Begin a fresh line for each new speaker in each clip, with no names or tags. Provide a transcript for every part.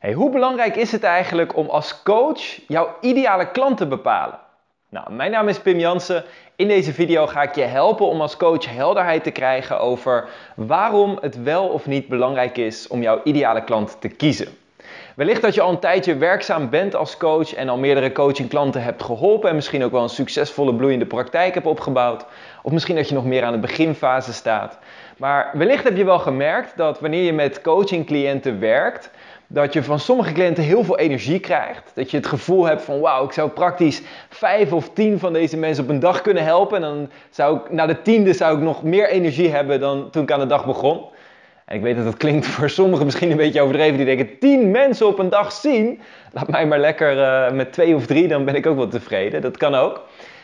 Hey, hoe belangrijk is het eigenlijk om als coach jouw ideale klant te bepalen? Nou, mijn naam is Pim Jansen. In deze video ga ik je helpen om als coach helderheid te krijgen over waarom het wel of niet belangrijk is om jouw ideale klant te kiezen. Wellicht dat je al een tijdje werkzaam bent als coach en al meerdere coachingklanten hebt geholpen en misschien ook wel een succesvolle bloeiende praktijk hebt opgebouwd. Of misschien dat je nog meer aan de beginfase staat. Maar wellicht heb je wel gemerkt dat wanneer je met coachingcliënten werkt, dat je van sommige cliënten heel veel energie krijgt. Dat je het gevoel hebt van wauw, ik zou praktisch 5 of 10 van deze mensen op een dag kunnen helpen. En dan zou ik na de 10e nog meer energie hebben dan toen ik aan de dag begon. En ik weet dat dat klinkt voor sommigen misschien een beetje overdreven. Die denken 10 mensen op een dag zien. Laat mij maar lekker met 2 of 3, dan ben ik ook wel tevreden. Dat kan ook.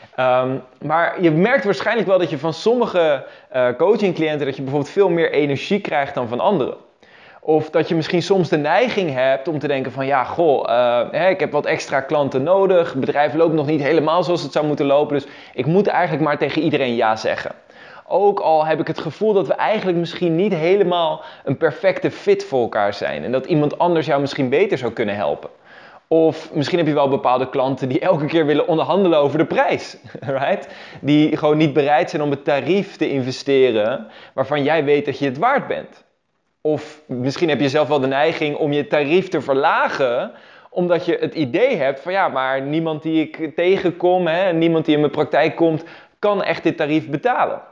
Maar je merkt waarschijnlijk wel dat je van sommige coachingcliënten dat je bijvoorbeeld veel meer energie krijgt dan van anderen. Of dat je misschien soms de neiging hebt om te denken van ja, ik heb wat extra klanten nodig. Het bedrijf loopt nog niet helemaal zoals het zou moeten lopen. Dus ik moet eigenlijk maar tegen iedereen ja zeggen. Ook al heb ik het gevoel dat we eigenlijk misschien niet helemaal een perfecte fit voor elkaar zijn. En dat iemand anders jou misschien beter zou kunnen helpen. Of misschien heb je wel bepaalde klanten die elke keer willen onderhandelen over de prijs. Right? Die gewoon niet bereid zijn om het tarief te investeren waarvan jij weet dat je het waard bent. Of misschien heb je zelf wel de neiging om je tarief te verlagen, omdat je het idee hebt van ja, maar niemand die ik tegenkom, niemand die in mijn praktijk komt, kan echt dit tarief betalen.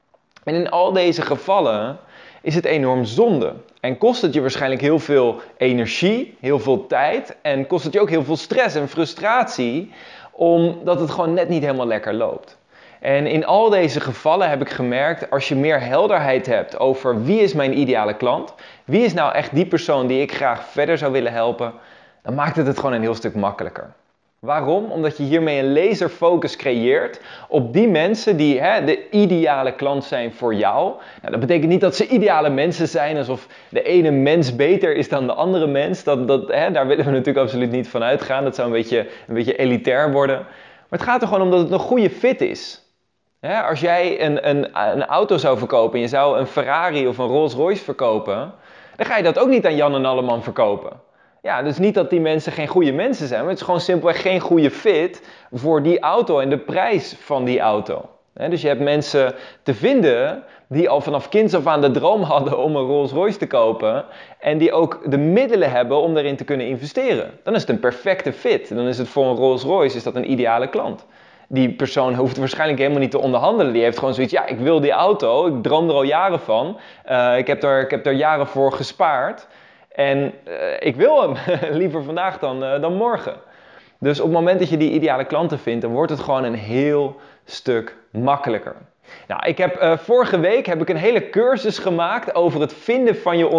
En in al deze gevallen is het enorm zonde. En kost het je waarschijnlijk heel veel energie, heel veel tijd en kost het je ook heel veel stress en frustratie, omdat het gewoon net niet helemaal lekker loopt. En in al deze gevallen heb ik gemerkt, als je meer helderheid hebt over wie is mijn ideale klant, wie is nou echt die persoon die ik graag verder zou willen helpen, dan maakt het gewoon een heel stuk makkelijker. Waarom? Omdat je hiermee een laserfocus creëert op die mensen die de ideale klant zijn voor jou. Nou, dat betekent niet dat ze ideale mensen zijn, alsof de ene mens beter is dan de andere mens. Daar willen we natuurlijk absoluut niet van uitgaan. Dat zou een beetje elitair worden. Maar het gaat er gewoon om dat het een goede fit is. Als jij een auto zou verkopen en je zou een Ferrari of een Rolls Royce verkopen, dan ga je dat ook niet aan Jan en Alleman verkopen. Ja, dus niet dat die mensen geen goede mensen zijn, maar het is gewoon simpelweg geen goede fit voor die auto en de prijs van die auto. Dus je hebt mensen te vinden die al vanaf kinds af aan de droom hadden om een Rolls Royce te kopen en die ook de middelen hebben om daarin te kunnen investeren. Dan is het een perfecte fit. Dan is het voor een Rolls Royce is dat een ideale klant. Die persoon hoeft waarschijnlijk helemaal niet te onderhandelen. Die heeft gewoon zoiets, ja, ik wil die auto, ik droom er al jaren van. Ik heb er jaren voor gespaard. En ik wil hem liever vandaag dan morgen. Dus op het moment dat je die ideale klanten vindt, dan wordt het gewoon een heel stuk makkelijker. Nou, vorige week heb ik een hele cursus gemaakt over het vinden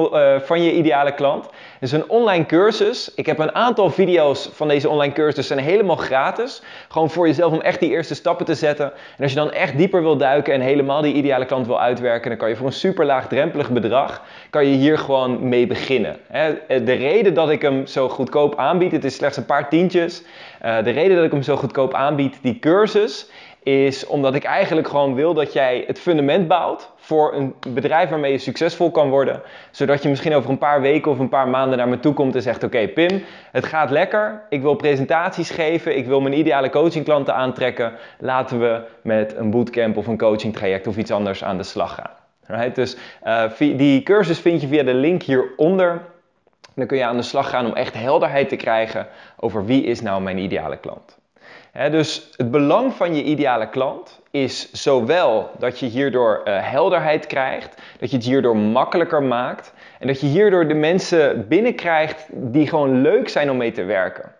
van je ideale klant. Het is een online cursus. Ik heb een aantal video's van deze online cursus zijn helemaal gratis. Gewoon voor jezelf om echt die eerste stappen te zetten. En als je dan echt dieper wil duiken en helemaal die ideale klant wil uitwerken, dan kan je voor een super laagdrempelig bedrag, kan je hier gewoon mee beginnen. De reden dat ik hem zo goedkoop aanbied, het is slechts een paar tientjes. De reden dat ik hem zo goedkoop aanbied, die cursus, is omdat ik eigenlijk gewoon wil dat jij het fundament bouwt voor een bedrijf waarmee je succesvol kan worden. Zodat je misschien over een paar weken of een paar maanden naar me toe komt en zegt, oké, Pim, het gaat lekker. Ik wil presentaties geven. Ik wil mijn ideale coachingklanten aantrekken. Laten we met een bootcamp of een coachingtraject of iets anders aan de slag gaan. Right? Dus die cursus vind je via de link hieronder. Dan kun je aan de slag gaan om echt helderheid te krijgen over wie is nou mijn ideale klant. Dus het belang van je ideale klant is zowel dat je hierdoor helderheid krijgt, dat je het hierdoor makkelijker maakt en dat je hierdoor de mensen binnenkrijgt die gewoon leuk zijn om mee te werken.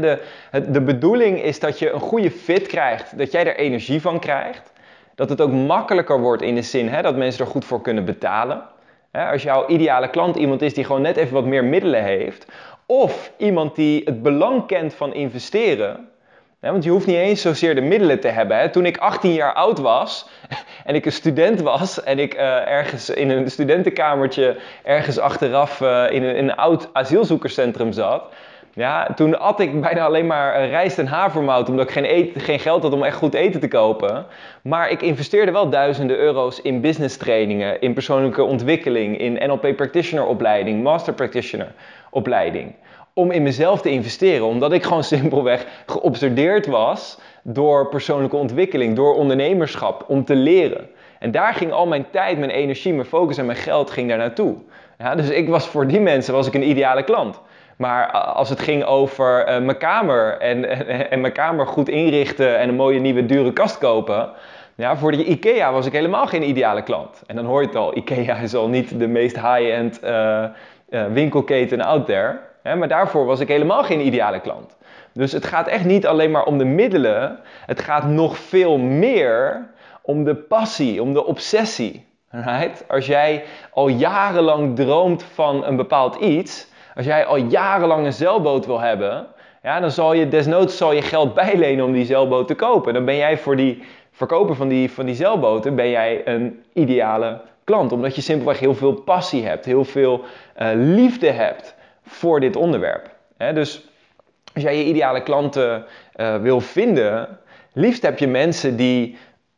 De bedoeling is dat je een goede fit krijgt, dat jij er energie van krijgt, dat het ook makkelijker wordt in de zin dat mensen er goed voor kunnen betalen. Als jouw ideale klant iemand is die gewoon net even wat meer middelen heeft, of iemand die het belang kent van investeren. Want je hoeft niet eens zozeer de middelen te hebben. Toen ik 18 jaar oud was en ik een student was en ik ergens in een studentenkamertje ergens achteraf in een oud asielzoekerscentrum zat. Ja, toen at ik bijna alleen maar rijst en havermout omdat ik geen geld had om echt goed eten te kopen. Maar ik investeerde wel duizenden euro's in business trainingen, in persoonlijke ontwikkeling, in NLP practitioner opleiding, master practitioner opleiding. om in mezelf te investeren. Omdat ik gewoon simpelweg geobsedeerd was door persoonlijke ontwikkeling, door ondernemerschap, om te leren. En daar ging al mijn tijd, mijn energie, mijn focus en mijn geld ging daar naartoe. Ja, dus voor die mensen was ik een ideale klant. Maar als het ging over mijn kamer en mijn kamer goed inrichten en een mooie nieuwe dure kast kopen, ja, voor de IKEA was ik helemaal geen ideale klant. En dan hoor je het al, IKEA is al niet de meest high-end winkelketen out there. Hè, maar daarvoor was ik helemaal geen ideale klant. Dus het gaat echt niet alleen maar om de middelen. Het gaat nog veel meer om de passie, om de obsessie. Right? Als jij al jarenlang droomt van een bepaald iets, als jij al jarenlang een zeilboot wil hebben, ja, dan zal je desnoods geld bijlenen om die zeilboot te kopen. Dan ben jij voor die verkoper van die zeilboten ben jij een ideale klant. Omdat je simpelweg heel veel passie hebt, heel veel liefde hebt voor dit onderwerp. Dus als jij je ideale klanten wil vinden, liefst heb je mensen die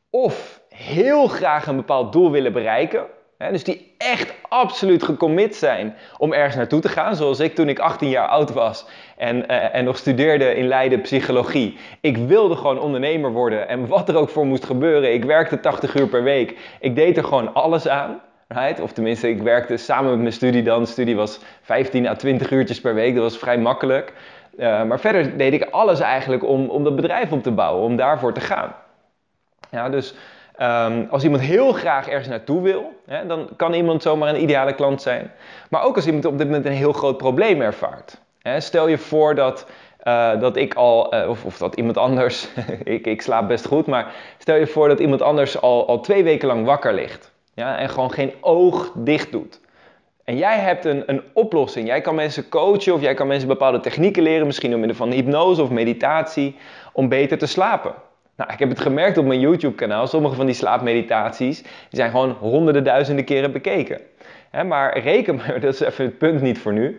of heel graag een bepaald doel willen bereiken. Dus die echt absoluut gecommit zijn om ergens naartoe te gaan. Zoals ik toen ik 18 jaar oud was en nog studeerde in Leiden psychologie. Ik wilde gewoon ondernemer worden en wat er ook voor moest gebeuren. Ik werkte 80 uur per week. Ik deed er gewoon alles aan. Right? Of tenminste, ik werkte samen met mijn studie dan. De studie was 15 à 20 uurtjes per week. Dat was vrij makkelijk. Maar verder deed ik alles eigenlijk om dat bedrijf op te bouwen. Om daarvoor te gaan. Ja, dus als iemand heel graag ergens naartoe wil, dan kan iemand zomaar een ideale klant zijn. Maar ook als iemand op dit moment een heel groot probleem ervaart. Stel je voor dat ik al, of dat iemand anders, ik slaap best goed, maar stel je voor dat iemand anders al 2 weken lang wakker ligt. Ja, en gewoon geen oog dicht doet. En jij hebt een oplossing. Jij kan mensen coachen of jij kan mensen bepaalde technieken leren, misschien door middel van hypnose of meditatie, om beter te slapen. Nou, ik heb het gemerkt op mijn YouTube-kanaal. Sommige van die slaapmeditaties die zijn gewoon honderden, duizenden keren bekeken. Maar reken maar, dat is even het punt niet voor nu.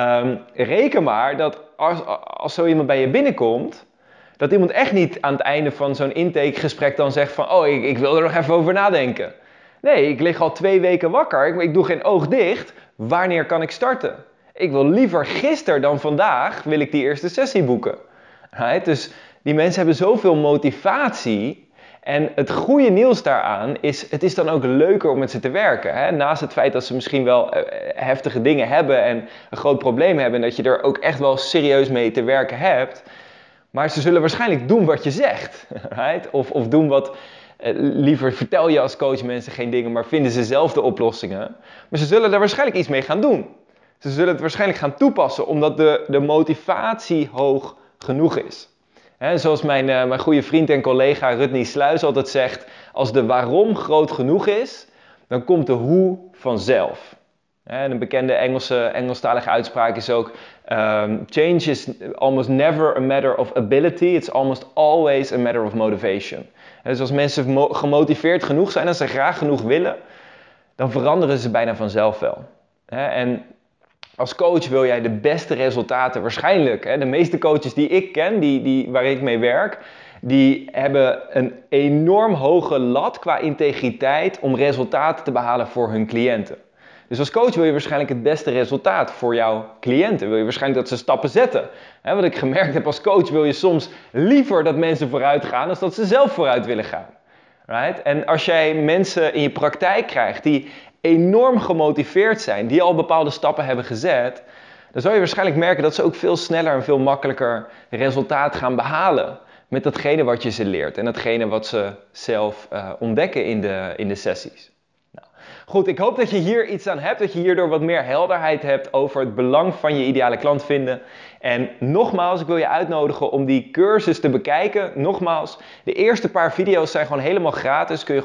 Reken maar dat als zo iemand bij je binnenkomt, dat iemand echt niet aan het einde van zo'n intakegesprek dan zegt van, oh, ik wil er nog even over nadenken. Nee, ik lig al 2 weken wakker, ik doe geen oog dicht. Wanneer kan ik starten? Ik wil liever gisteren dan vandaag, wil ik die eerste sessie boeken. Right? Dus die mensen hebben zoveel motivatie. En het goede nieuws daaraan is, het is dan ook leuker om met ze te werken. Hè? Naast het feit dat ze misschien wel heftige dingen hebben en een groot probleem hebben. En dat je er ook echt wel serieus mee te werken hebt. Maar ze zullen waarschijnlijk doen wat je zegt. Right? Of doen wat, liever vertel je als coach mensen geen dingen, maar vinden ze zelf de oplossingen. Maar ze zullen er waarschijnlijk iets mee gaan doen. Ze zullen het waarschijnlijk gaan toepassen, omdat de motivatie hoog genoeg is. Zoals mijn goede vriend en collega Rutney Sluis altijd zegt, als de waarom groot genoeg is, dan komt de hoe vanzelf. En een bekende Engelstalige uitspraak is ook, change is almost never a matter of ability, it's almost always a matter of motivation. Dus als mensen gemotiveerd genoeg zijn, als ze graag genoeg willen, dan veranderen ze bijna vanzelf wel. En als coach wil jij de beste resultaten waarschijnlijk. De meeste coaches die ik ken, waar ik mee werk, die hebben een enorm hoge lat qua integriteit om resultaten te behalen voor hun cliënten. Dus als coach wil je waarschijnlijk het beste resultaat voor jouw cliënten. Wil je waarschijnlijk dat ze stappen zetten. Wat ik gemerkt heb als coach wil je soms liever dat mensen vooruit gaan dan dat ze zelf vooruit willen gaan. Right? En als jij mensen in je praktijk krijgt die enorm gemotiveerd zijn, die al bepaalde stappen hebben gezet, dan zal je waarschijnlijk merken dat ze ook veel sneller en veel makkelijker resultaat gaan behalen met datgene wat je ze leert en datgene wat ze zelf ontdekken in de sessies. Nou, goed, ik hoop dat je hier iets aan hebt, dat je hierdoor wat meer helderheid hebt over het belang van je ideale klant vinden. En nogmaals, ik wil je uitnodigen om die cursus te bekijken. Nogmaals, de eerste paar video's zijn gewoon helemaal gratis. Kun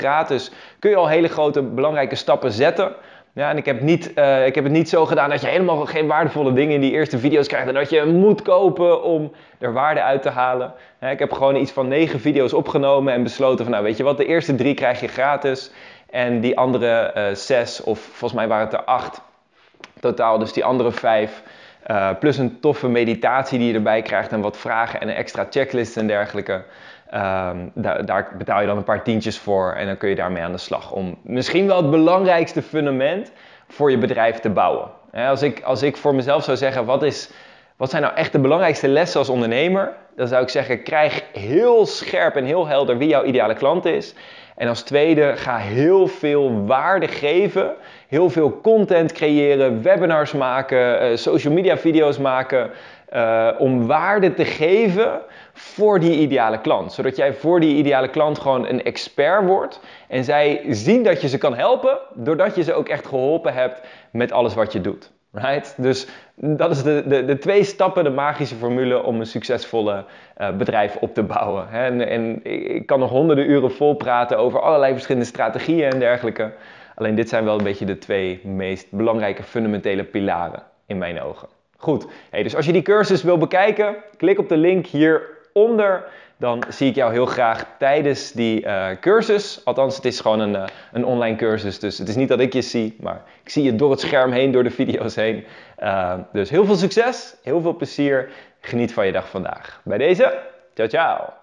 je al hele grote belangrijke stappen zetten. Ja, en ik heb het niet zo gedaan dat je helemaal geen waardevolle dingen in die eerste video's krijgt. En dat je moet kopen om er waarde uit te halen. Ik heb gewoon iets van 9 video's opgenomen en besloten van, nou weet je wat, de eerste 3 krijg je gratis. En die andere 6, of volgens mij waren het er 8 totaal, dus die andere 5... plus een toffe meditatie die je erbij krijgt en wat vragen en een extra checklist en dergelijke. Daar betaal je dan een paar tientjes voor en dan kun je daarmee aan de slag om misschien wel het belangrijkste fundament voor je bedrijf te bouwen. Als ik voor mezelf zou zeggen, wat zijn nou echt de belangrijkste lessen als ondernemer? Dan zou ik zeggen, krijg heel scherp en heel helder wie jouw ideale klant is. En als tweede, ga heel veel waarde geven. Heel veel content creëren, webinars maken, social media video's maken. Om waarde te geven voor die ideale klant. Zodat jij voor die ideale klant gewoon een expert wordt. En zij zien dat je ze kan helpen, doordat je ze ook echt geholpen hebt met alles wat je doet. Right? Dus dat is de 2 stappen, de magische formule om een succesvolle bedrijf op te bouwen. En ik kan nog honderden uren vol praten over allerlei verschillende strategieën en dergelijke. Alleen dit zijn wel een beetje de 2 meest belangrijke fundamentele pilaren in mijn ogen. Goed, dus als je die cursus wil bekijken, klik op de link hieronder. Dan zie ik jou heel graag tijdens die cursus. Althans, het is gewoon een online cursus. Dus het is niet dat ik je zie, maar ik zie je door het scherm heen, door de video's heen. Dus heel veel succes, heel veel plezier. Geniet van je dag vandaag. Bij deze, ciao ciao.